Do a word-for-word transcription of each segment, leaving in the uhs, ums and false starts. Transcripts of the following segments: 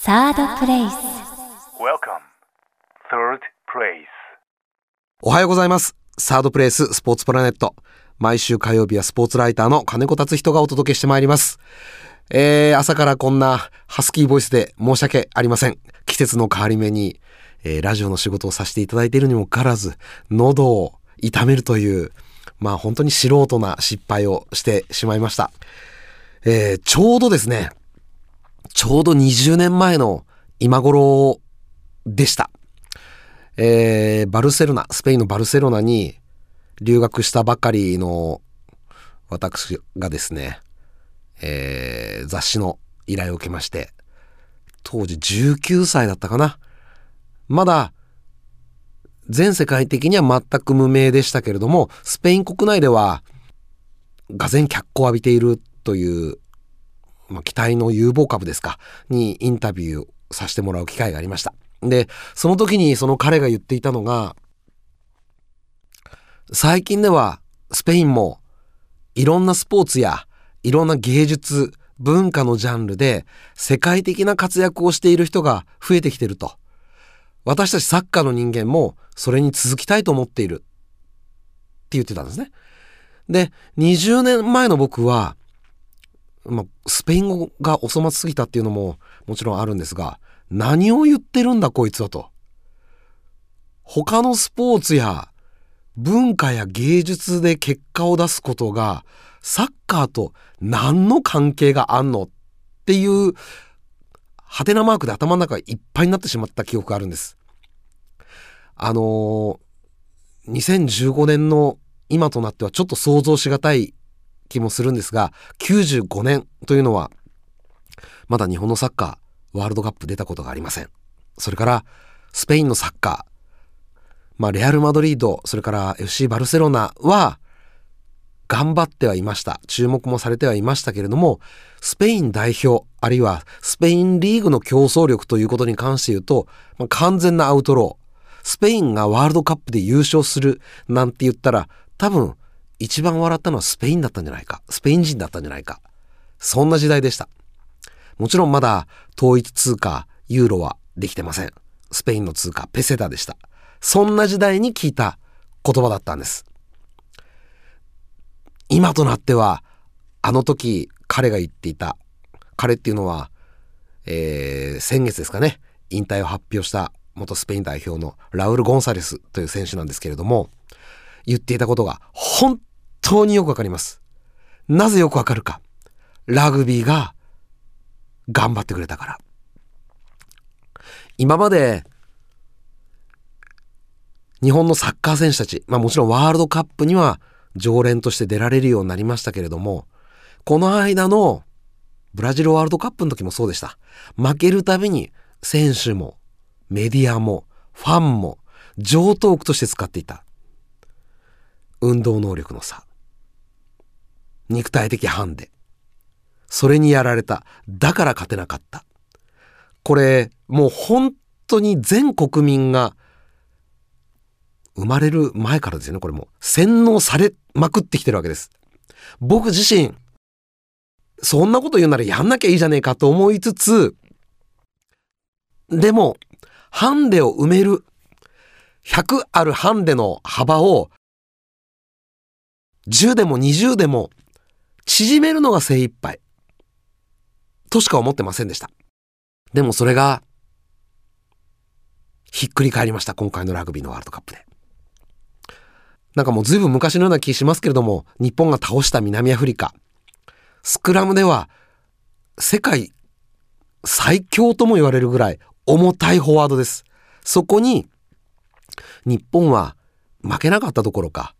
サードプレイス。 Welcome, Third Place。 おはようございます。サードプレイススポーツプラネット、毎週火曜日はスポーツライターの金子達人がお届けしてまいります。えー、朝からこんなハスキーボイスで申し訳ありません。季節の変わり目に、えー、ラジオの仕事をさせていただいているにもかかわらず喉を痛めるという、まあ本当に素人な失敗をしてしまいました。えー、ちょうどですねちょうどにじゅうねんまえの今頃でした。えー、バルセロナ、スペインのバルセロナに留学したばかりの私がですね、えー、雑誌の依頼を受けまして、当時じゅうきゅうさいだったかな。まだ全世界的には全く無名でしたけれども、スペイン国内ではがぜん脚光を浴びているという、まあ、期待の有望株ですかにインタビューをさせてもらう機会がありました。で、その時にその彼が言っていたのが、最近ではスペインもいろんなスポーツやいろんな芸術文化のジャンルで世界的な活躍をしている人が増えてきていると。私たちサッカーの人間もそれに続きたいと思っているって言ってたんですね。で、にじゅうねんまえの僕は、まあ、スペイン語がお粗末すぎたっていうのももちろんあるんですが、何を言ってるんだこいつはと。他のスポーツや文化や芸術で結果を出すことがサッカーと何の関係があんのっていうハテナマークで頭の中がいっぱいになってしまった記憶があるんです。あのー、にせんじゅうごねんの今となってはちょっと想像しがたい気もするんですが、きゅうじゅうごねんというのはまだ日本のサッカーワールドカップ出たことがありません。それからスペインのサッカー、まあレアルマドリード、それから エフシー バルセロナは頑張ってはいました。注目もされてはいましたけれども、スペイン代表あるいはスペインリーグの競争力ということに関して言うと、まあ、完全なアウトロー。スペインがワールドカップで優勝するなんて言ったら、多分一番笑ったのはスペインだったんじゃないか、スペイン人だったんじゃないか、そんな時代でした。もちろんまだ統一通貨ユーロはできてません。スペインの通貨ペセタでした。そんな時代に聞いた言葉だったんです。今となってはあの時彼が言っていた、彼っていうのは、えー、先月ですかね、引退を発表した元スペイン代表のラウル・ゴンサレスという選手なんですけれども、言っていたことが本当によくわかります。なぜよくわかるか。ラグビーが頑張ってくれたから。今まで日本のサッカー選手たち、まあもちろんワールドカップには常連として出られるようになりましたけれども、この間のブラジルワールドカップの時もそうでした。負けるたびに選手もメディアもファンも常套句として使っていた。運動能力の差、肉体的ハンデ、それにやられた、だから勝てなかった。これもう本当に全国民が生まれる前からですよね。これも洗脳されまくってきてるわけです。僕自身そんなこと言うならやんなきゃいいじゃねえかと思いつつ、でもハンデを埋めるひゃくあるハンデの幅をじゅうでもにじゅうでも縮めるのが精一杯としか思ってませんでした。でもそれがひっくり返りました。今回のラグビーのワールドカップで。なんかもうずいぶん昔のような気しますけれども、日本が倒した南アフリカ、スクラムでは世界最強とも言われるぐらい重たいフォワードです。そこに日本は負けなかったどころか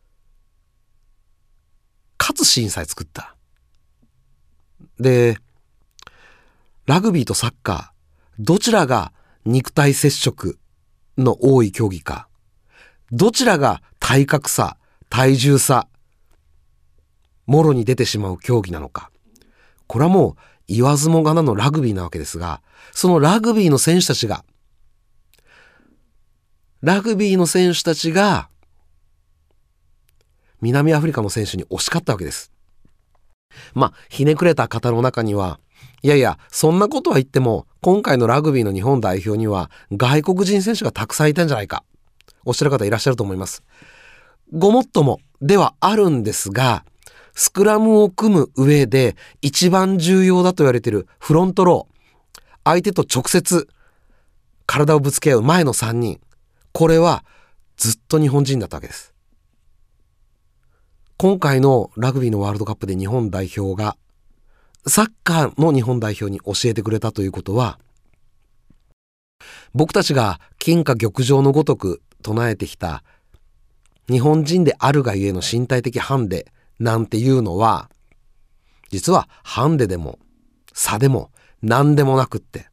勝つシーンさえ作った。で、ラグビーとサッカーどちらが肉体接触の多い競技か、どちらが体格差、体重差もろに出てしまう競技なのか、これはもう言わずもがなのラグビーなわけですが、そのラグビーの選手たちがラグビーの選手たちが南アフリカの選手に押し勝ったわけです。まあひねくれた方の中にはいやいや、そんなことは言っても今回のラグビーの日本代表には外国人選手がたくさんいたんじゃないか、おっしゃる方いらっしゃると思います。ごもっともではあるんですが、スクラムを組む上で一番重要だと言われているフロントロー、相手と直接体をぶつけ合う前のさんにん、これはずっと日本人だったわけです。今回のラグビーのワールドカップで日本代表がサッカーの日本代表に教えてくれたということは、僕たちが金貨玉上のごとく唱えてきた日本人であるがゆえの身体的ハンデなんていうのは、実はハンデでも差でも何でもなくって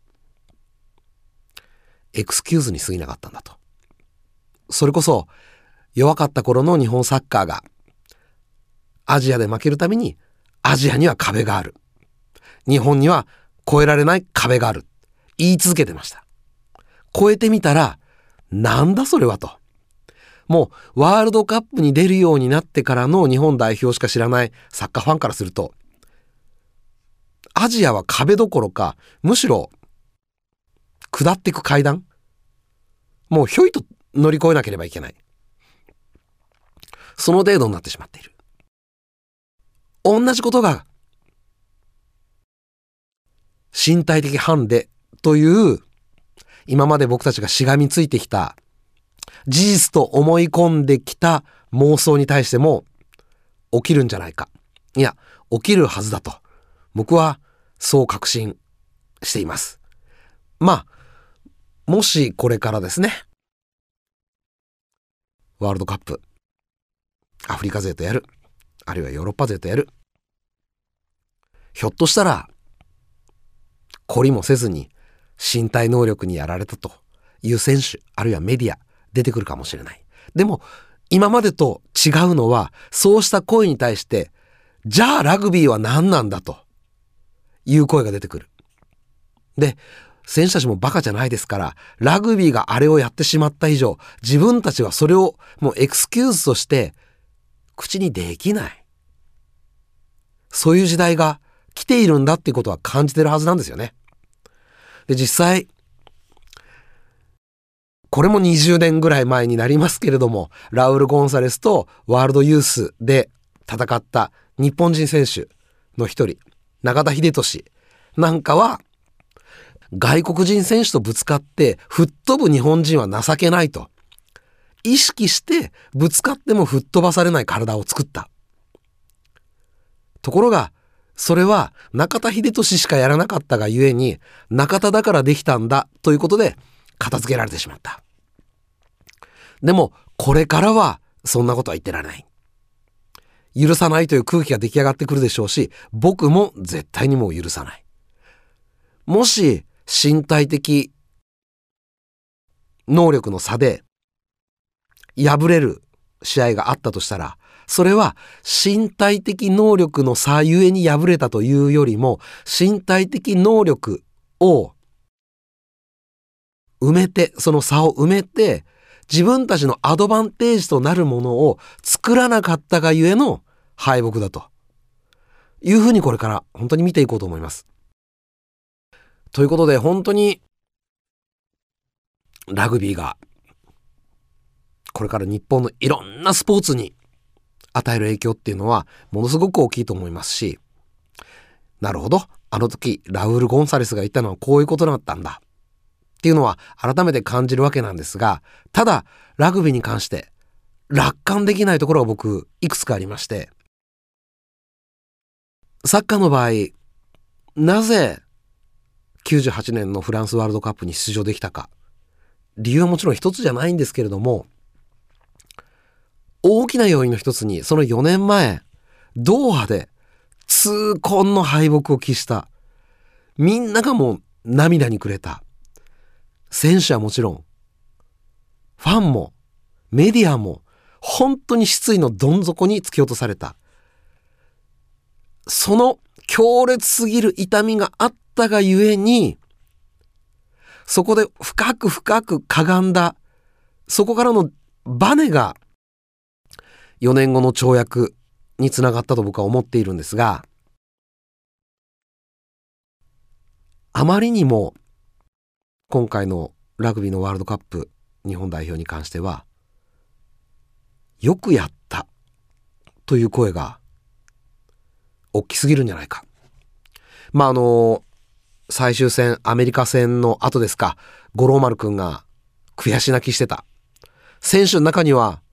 エクスキューズに過ぎなかったんだと。それこそ弱かった頃の日本サッカーがアジアで負けるために、アジアには壁がある、日本には越えられない壁がある、言い続けてました。越えてみたらなんだそれはと。もうワールドカップに出るようになってからの日本代表しか知らないサッカーファンからすると、アジアは壁どころかむしろ下っていく階段、もうひょいと乗り越えなければいけない、その程度になってしまっている。同じことが身体的ハンデという今まで僕たちがしがみついてきた事実と思い込んできた妄想に対しても起きるんじゃないか、いや起きるはずだと僕はそう確信しています。まあもしこれからですね、ワールドカップアフリカ勢とやる、あるいはヨーロッパ勢とやる、ひょっとしたら懲りもせずに身体能力にやられたという選手、あるいはメディア出てくるかもしれない。でも今までと違うのは、そうした声に対してじゃあラグビーは何なんだという声が出てくる。で、選手たちもバカじゃないですから、ラグビーがあれをやってしまった以上、自分たちはそれをもうエクスキューズとして口にできない、そういう時代が来ているんだっていうことは感じてるはずなんですよね。で、実際これもにじゅうねんぐらい前になりますけれども、ラウル・ゴンサレスとワールドユースで戦った日本人選手の一人、中田英寿なんかは、外国人選手とぶつかって吹っ飛ぶ日本人は情けないと意識してぶつかっても吹っ飛ばされない体を作った。ところがそれは中田英寿しかやらなかったがゆえに、中田だからできたんだということで片付けられてしまった。でもこれからはそんなことは言ってられない、許さないという空気が出来上がってくるでしょうし、僕も絶対にもう許さない。もし身体的能力の差で敗れる試合があったとしたら、それは身体的能力の差ゆえに敗れたというよりも、身体的能力を埋めて、その差を埋めて自分たちのアドバンテージとなるものを作らなかったがゆえの敗北だというふうに、これから本当に見ていこうと思います。ということで、本当にラグビーがこれから日本のいろんなスポーツに与える影響っていうのはものすごく大きいと思いますし、なるほど、あの時ラウール・ゴンサレスが言ったのはこういうことだったんだっていうのは改めて感じるわけなんですが、ただラグビーに関して楽観できないところが僕いくつかありまして、サッカーの場合なぜきゅうじゅうはちねんのフランスワールドカップに出場できたか、理由はもちろん一つじゃないんですけれども、大きな要因の一つに、そのよねんまえドーハで痛恨の敗北を喫した、みんながもう涙に暮れた、選手はもちろんファンもメディアも本当に失意のどん底に突き落とされた、その強烈すぎる痛みがあったがゆえに、そこで深く深くかがんだ、そこからのバネがよねんごの跳躍につながったと僕は思っているんですが、 あまりにも今回のラグビーのワールドカップ日本代表に関しては、よくやったという声が大きすぎるんじゃないか。まああの最終戦アメリカ戦の後ですか、五郎丸くんが悔し泣きしてた。選手の中には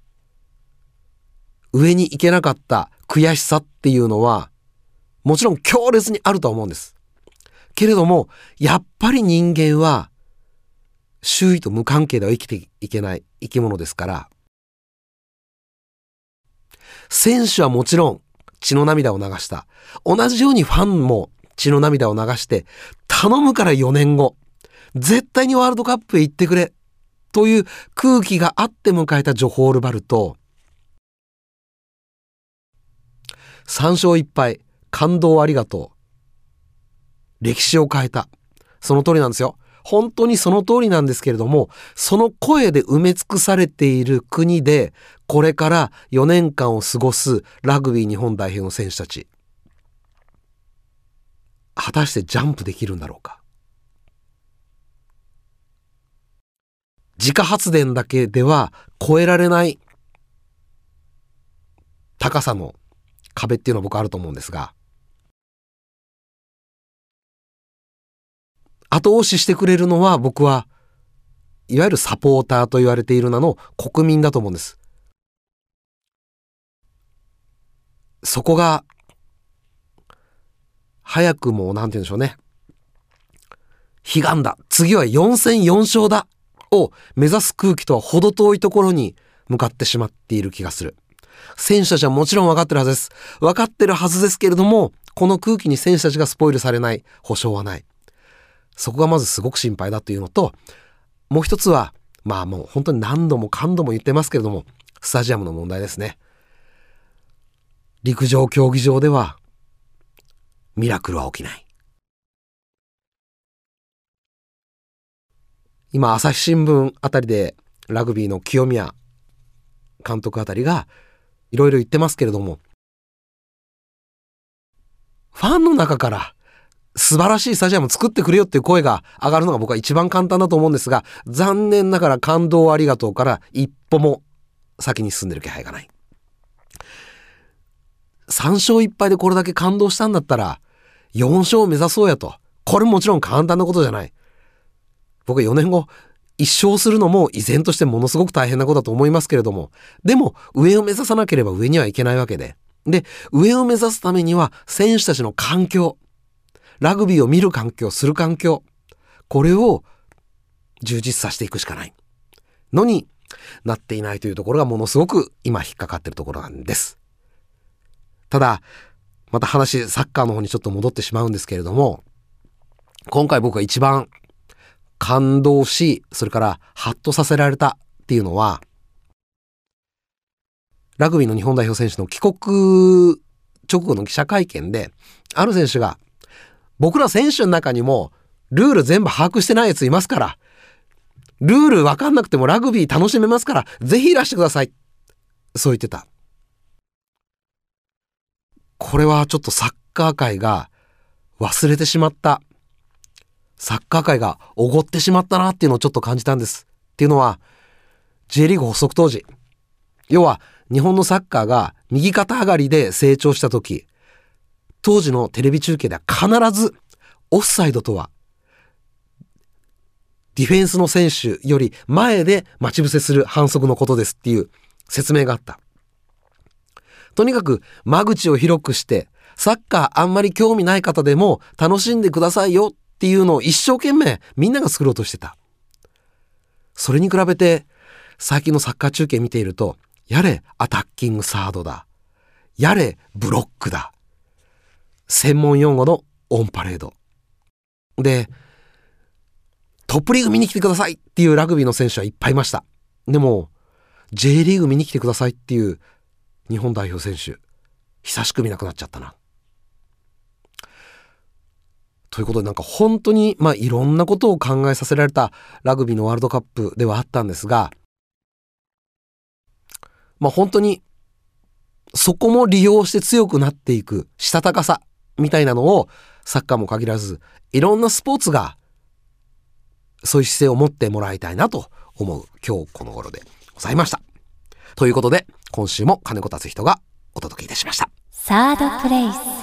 上に行けなかった悔しさっていうのはもちろん強烈にあると思うんです。けれどもやっぱり人間は周囲と無関係では生きていけない生き物ですから、選手はもちろん血の涙を流した。同じようにファンも血の涙を流して、頼むからよねんご絶対にワールドカップへ行ってくれという空気があって迎えたジョホールバルと、さん勝いっ敗、感動ありがとう、歴史を変えた。その通りなんですよ。本当にその通りなんですけれども、その声で埋め尽くされている国でこれからよねんかんを過ごすラグビー日本代表の選手たち、果たしてジャンプできるんだろうか。自家発電だけでは越えられない高さの壁っていうのは僕あると思うんですが、後押ししてくれるのは僕はいわゆるサポーターと言われている名の国民だと思うんです。そこが早くもなんて言うんでしょうね、悲願だ、次はよん戦よん勝だを目指す空気とは程遠いところに向かってしまっている気がする。選手たちはもちろん分かってるはずです。分かってるはずですけれども、この空気に選手たちがスポイルされない保証はない。そこがまずすごく心配だというのと、もう一つはまあもう本当に何度も何度も言ってますけれども、スタジアムの問題ですね。陸上競技場ではミラクルは起きない。今朝日新聞あたりでラグビーの清宮監督あたりがいろいろ言ってますけれども、ファンの中から素晴らしいスタジアム作ってくれよっていう声が上がるのが僕は一番簡単だと思うんですが、残念ながら感動ありがとうから一歩も先に進んでる気配がない。さん勝いっ敗でこれだけ感動したんだったらよん勝を目指そうやと。これもちろん簡単なことじゃない。僕はよねんごいっ勝するのも依然としてものすごく大変なことだと思いますけれども、でも上を目指さなければ上にはいけないわけで、で上を目指すためには選手たちの環境、ラグビーを見る環境、する環境、これを充実させていくしかないのになっていないというところがものすごく今引っかかっているところなんです。ただまた話サッカーの方にちょっと戻ってしまうんですけれども、今回僕が一番感動し、それからハッとさせられたっていうのは、ラグビーの日本代表選手の帰国直後の記者会見で、ある選手が、僕ら選手の中にもルール全部把握してないやついますから、ルール分かんなくてもラグビー楽しめますから、ぜひいらしてください。そう言ってた。これはちょっとサッカー界が忘れてしまった、サッカー界がおごってしまったなっていうのをちょっと感じたんです。っていうのは J リーグ発足当時、要は日本のサッカーが右肩上がりで成長した時、当時のテレビ中継では必ずオフサイドとはディフェンスの選手より前で待ち伏せする反則のことですっていう説明があった。とにかく間口を広くして、サッカーあんまり興味ない方でも楽しんでくださいよっていうのを一生懸命みんなが作ろうとしてた。それに比べて最近のサッカー中継見ていると、やれアタッキングサードだ、やれブロックだ、専門用語のオンパレードで、トップリーグ見に来てくださいっていうラグビーの選手はいっぱいいました。でも J リーグ見に来てくださいっていう日本代表選手、久しく見なくなっちゃったな。ということで、なんか本当にまあいろんなことを考えさせられたラグビーのワールドカップではあったんですが、まあ本当にそこも利用して強くなっていくしたたかさみたいなのをサッカーも限らずいろんなスポーツがそういう姿勢を持ってもらいたいなと思う今日この頃でございました。ということで今週も金子達人がお届けいたしました。 サードプレイス。